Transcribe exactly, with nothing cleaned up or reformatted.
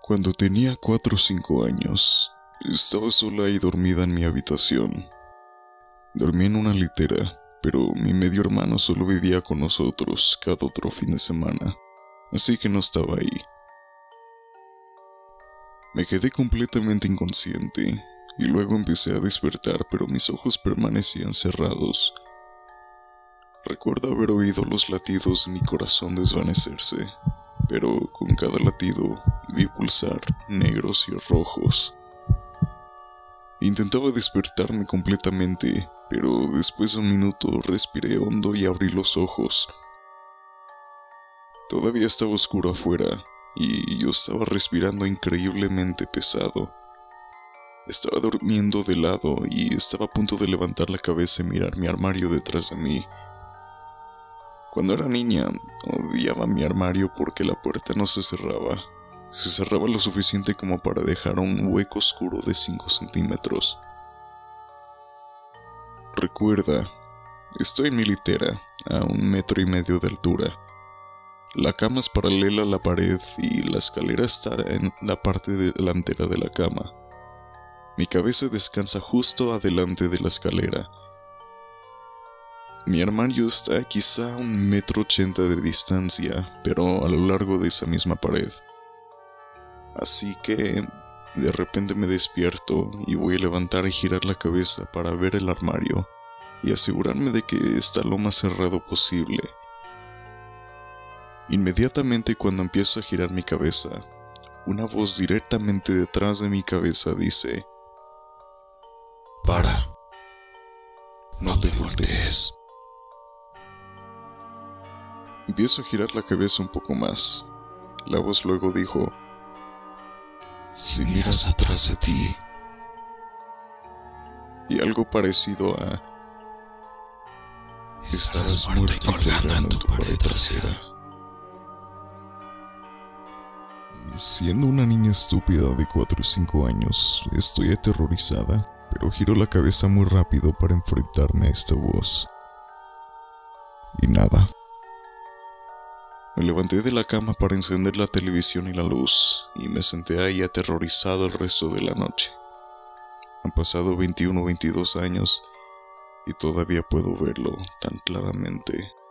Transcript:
Cuando tenía cuatro o cinco años, estaba sola y dormida en mi habitación. Dormía en una litera, pero mi medio hermano solo vivía con nosotros cada otro fin de semana, así que no estaba ahí. Me quedé completamente inconsciente y luego empecé a despertar, pero mis ojos permanecían cerrados. Recuerdo haber oído los latidos de mi corazón desvanecerse, pero con cada latido vi pulsar negros y rojos. Intentaba despertarme completamente, pero después de un minuto respiré hondo y abrí los ojos. Todavía estaba oscuro afuera, y yo estaba respirando increíblemente pesado. Estaba durmiendo de lado y estaba a punto de levantar la cabeza y mirar mi armario detrás de mí. Cuando era niña, odiaba mi armario porque la puerta no se cerraba. Se cerraba lo suficiente como para dejar un hueco oscuro de cinco centímetros. Recuerda, estoy en mi litera, a un metro y medio de altura. La cama es paralela a la pared y la escalera está en la parte delantera de la cama. Mi cabeza descansa justo adelante de la escalera. Mi armario está quizá a un metro ochenta de distancia, pero a lo largo de esa misma pared. Así que, de repente me despierto y voy a levantar y girar la cabeza para ver el armario y asegurarme de que está lo más cerrado posible. Inmediatamente cuando empiezo a girar mi cabeza, una voz directamente detrás de mi cabeza dice: Para. No te voltees. Empiezo a girar la cabeza un poco más. La voz luego dijo: Si miras atrás de ti. Y algo parecido a: Estarás muerta y colgando en tu pared trasera. Siendo una niña estúpida de cuatro o cinco años, estoy aterrorizada, pero giro la cabeza muy rápido para enfrentarme a esta voz. Y nada. Me levanté de la cama para encender la televisión y la luz, y me senté ahí aterrorizado el resto de la noche. Han pasado veintiuno o veintidós años, y todavía puedo verlo tan claramente.